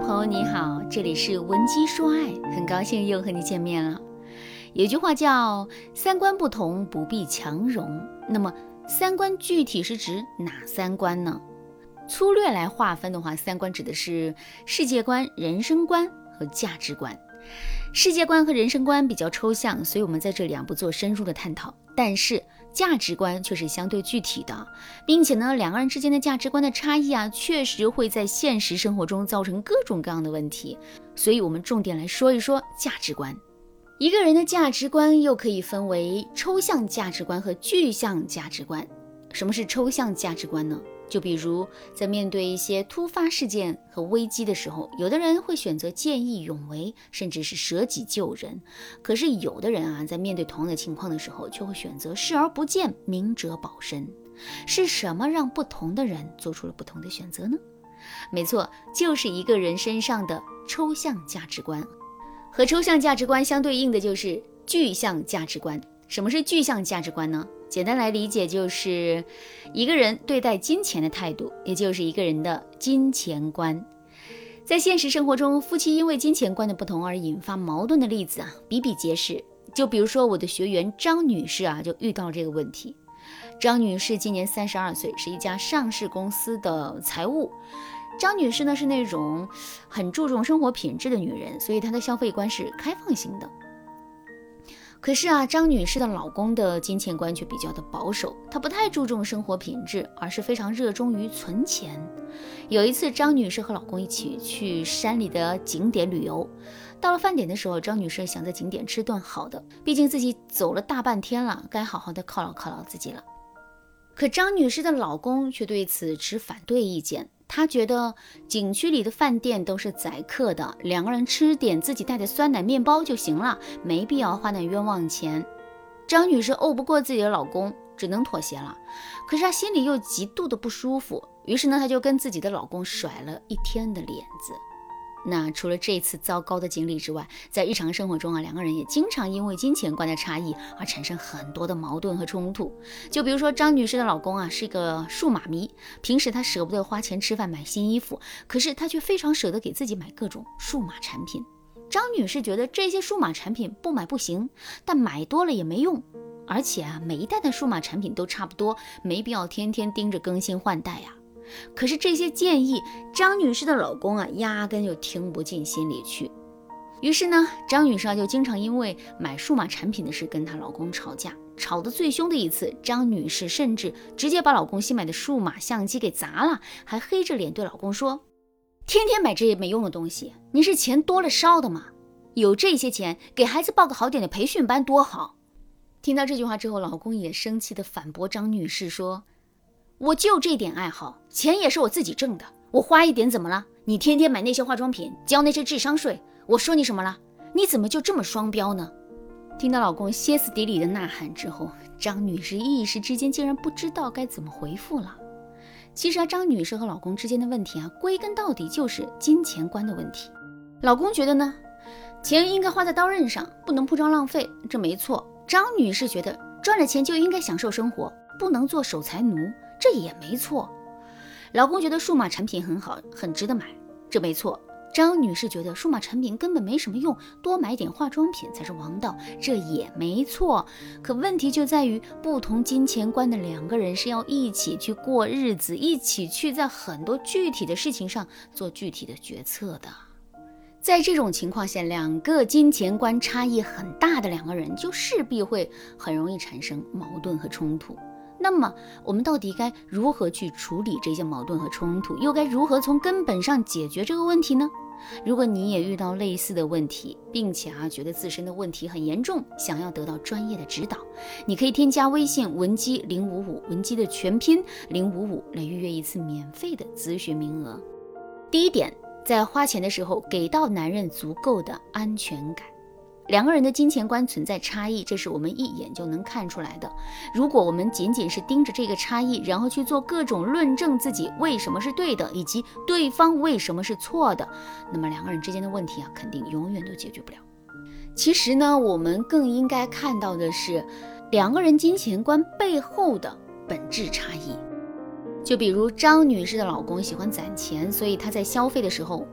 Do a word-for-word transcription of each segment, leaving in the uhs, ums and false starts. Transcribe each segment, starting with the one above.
朋友你好，这里是文姬说爱，很高兴又和你见面了。有句话叫三观不同不必强融，那么三观具体是指哪三观呢？粗略来划分的话，三观指的是世界观、人生观和价值观。世界观和人生观比较抽象，所以我们在这里啊不做深入的探讨，但是价值观却是相对具体的，并且呢两个人之间的价值观的差异啊确实会在现实生活中造成各种各样的问题，所以我们重点来说一说价值观。一个人的价值观又可以分为抽象价值观和具象价值观。什么是抽象价值观呢？就比如在面对一些突发事件和危机的时候，有的人会选择见义勇为，甚至是舍己救人。可是有的人啊，在面对同样的情况的时候，却会选择视而不见，明哲保身。是什么让不同的人做出了不同的选择呢？没错，就是一个人身上的抽象价值观。和抽象价值观相对应的就是具象价值观。什么是具象价值观呢？简单来理解，就是一个人对待金钱的态度，也就是一个人的金钱观。在现实生活中，夫妻因为金钱观的不同而引发矛盾的例子啊比比皆是。就比如说我的学员张女士啊，就遇到这个问题。张女士今年三十二岁，是一家上市公司的财务。张女士呢是那种很注重生活品质的女人，所以她的消费观是开放型的。可是啊，张女士的老公的金钱观却比较的保守，他不太注重生活品质，而是非常热衷于存钱。有一次，张女士和老公一起去山里的景点旅游，到了饭点的时候，张女士想在景点吃顿好的，毕竟自己走了大半天了，该好好的犒劳犒劳自己了。可张女士的老公却对此持反对意见，他觉得景区里的饭店都是宰客的，两个人吃点自己带的酸奶面包就行了，没必要花那冤枉钱。张女士怄不过自己的老公，只能妥协了。可是她心里又极度的不舒服，于是呢，她就跟自己的老公甩了一天的脸子。那除了这次糟糕的经历之外，在日常生活中啊，两个人也经常因为金钱观的差异而产生很多的矛盾和冲突。就比如说张女士的老公啊是一个数码迷，平时他舍不得花钱吃饭买新衣服，可是他却非常舍得给自己买各种数码产品。张女士觉得这些数码产品不买不行，但买多了也没用，而且啊每一代的数码产品都差不多，没必要天天盯着更新换代啊。可是这些建议张女士的老公啊压根就听不进心里去。于是呢，张女士啊就经常因为买数码产品的事跟她老公吵架，吵得最凶的一次，张女士甚至直接把老公新买的数码相机给砸了，还黑着脸对老公说，天天买这些没用的东西，你是钱多了烧的吗？有这些钱给孩子报个好点的培训班多好。听到这句话之后，老公也生气地反驳张女士说，我就这点爱好，钱也是我自己挣的，我花一点怎么了？你天天买那些化妆品，交那些智商税，我说你什么了？你怎么就这么双标呢？听到老公歇斯底里的呐喊之后，张女士一时之间竟然不知道该怎么回复了。其实啊，张女士和老公之间的问题啊，归根到底就是金钱观的问题。老公觉得呢，钱应该花在刀刃上，不能铺张浪费，这没错。张女士觉得赚了钱就应该享受生活，不能做守财奴，这也没错。老公觉得数码产品很好，很值得买，这没错。张女士觉得数码产品根本没什么用，多买点化妆品才是王道，这也没错。可问题就在于，不同金钱观的两个人是要一起去过日子，一起去在很多具体的事情上做具体的决策的。在这种情况下，两个金钱观差异很大的两个人就势必会很容易产生矛盾和冲突。那么我们到底该如何去处理这些矛盾和冲突，又该如何从根本上解决这个问题呢？如果你也遇到类似的问题，并且啊觉得自身的问题很严重，想要得到专业的指导，你可以添加微信文姬零五五，文姬的全拼零五五，来预约一次免费的咨询名额。第一点，在花钱的时候给到男人足够的安全感。两个人的金钱观存在差异，这是我们一眼就能看出来的。如果我们仅仅是盯着这个差异，然后去做各种论证自己为什么是对的，以及对方为什么是错的，那么两个人之间的问题啊，肯定永远都解决不了。其实呢，我们更应该看到的是两个人金钱观背后的本质差异。就比如张女士的老公喜欢攒钱，所以她在消费的时候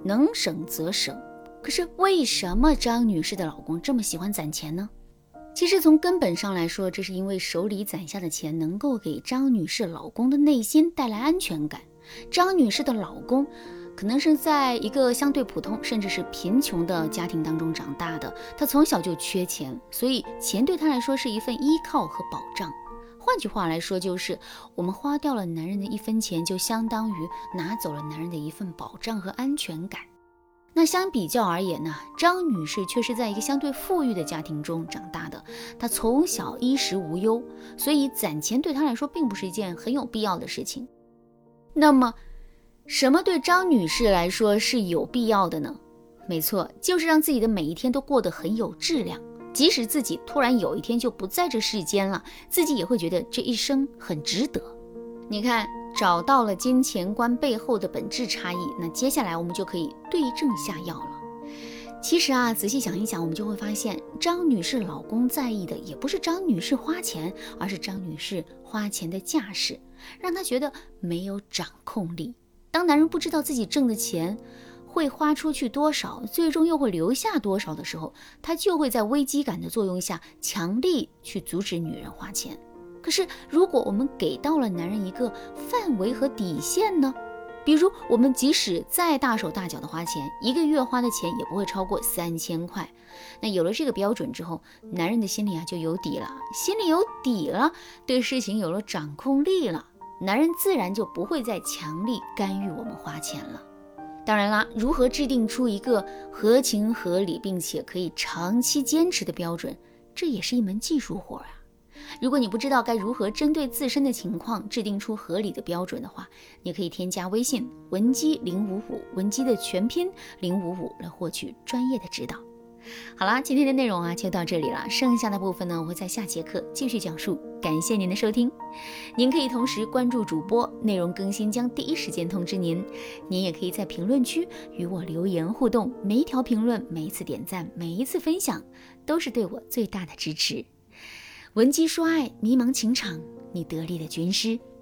能省则省。可是为什么张女士的老公这么喜欢攒钱呢？其实从根本上来说，这是因为手里攒下的钱能够给张女士老公的内心带来安全感。张女士的老公可能是在一个相对普通甚至是贫穷的家庭当中长大的，他从小就缺钱，所以钱对他来说是一份依靠和保障。换句话来说，就是我们花掉了男人的一分钱，就相当于拿走了男人的一份保障和安全感。那相比较而言呢，张女士却是在一个相对富裕的家庭中长大的，她从小衣食无忧，所以攒钱对她来说并不是一件很有必要的事情。那么什么对张女士来说是有必要的呢？没错，就是让自己的每一天都过得很有质量，即使自己突然有一天就不在这世间了，自己也会觉得这一生很值得。你看，找到了金钱观背后的本质差异，那接下来我们就可以对症下药了。其实啊，仔细想一想，我们就会发现，张女士老公在意的也不是张女士花钱，而是张女士花钱的架势，让他觉得没有掌控力。当男人不知道自己挣的钱会花出去多少，最终又会留下多少的时候，他就会在危机感的作用下强力去阻止女人花钱。可是如果我们给到了男人一个范围和底线呢？比如我们即使再大手大脚的花钱，一个月花的钱也不会超过三千块。那有了这个标准之后，男人的心里啊就有底了，心里有底了，对事情有了掌控力了，男人自然就不会再强力干预我们花钱了。当然啦，如何制定出一个合情合理并且可以长期坚持的标准，这也是一门技术活啊。如果你不知道该如何针对自身的情况制定出合理的标准的话，你可以添加微信文姬零五五，文姬的全拼零五五，来获取专业的指导。好啦，今天的内容啊就到这里了，剩下的部分呢我会在下节课继续讲述。感谢您的收听，您可以同时关注主播，内容更新将第一时间通知您。您也可以在评论区与我留言互动，每一条评论，每一次点赞，每一次分享，都是对我最大的支持。文姬说爱，迷茫情场，你得力的军师。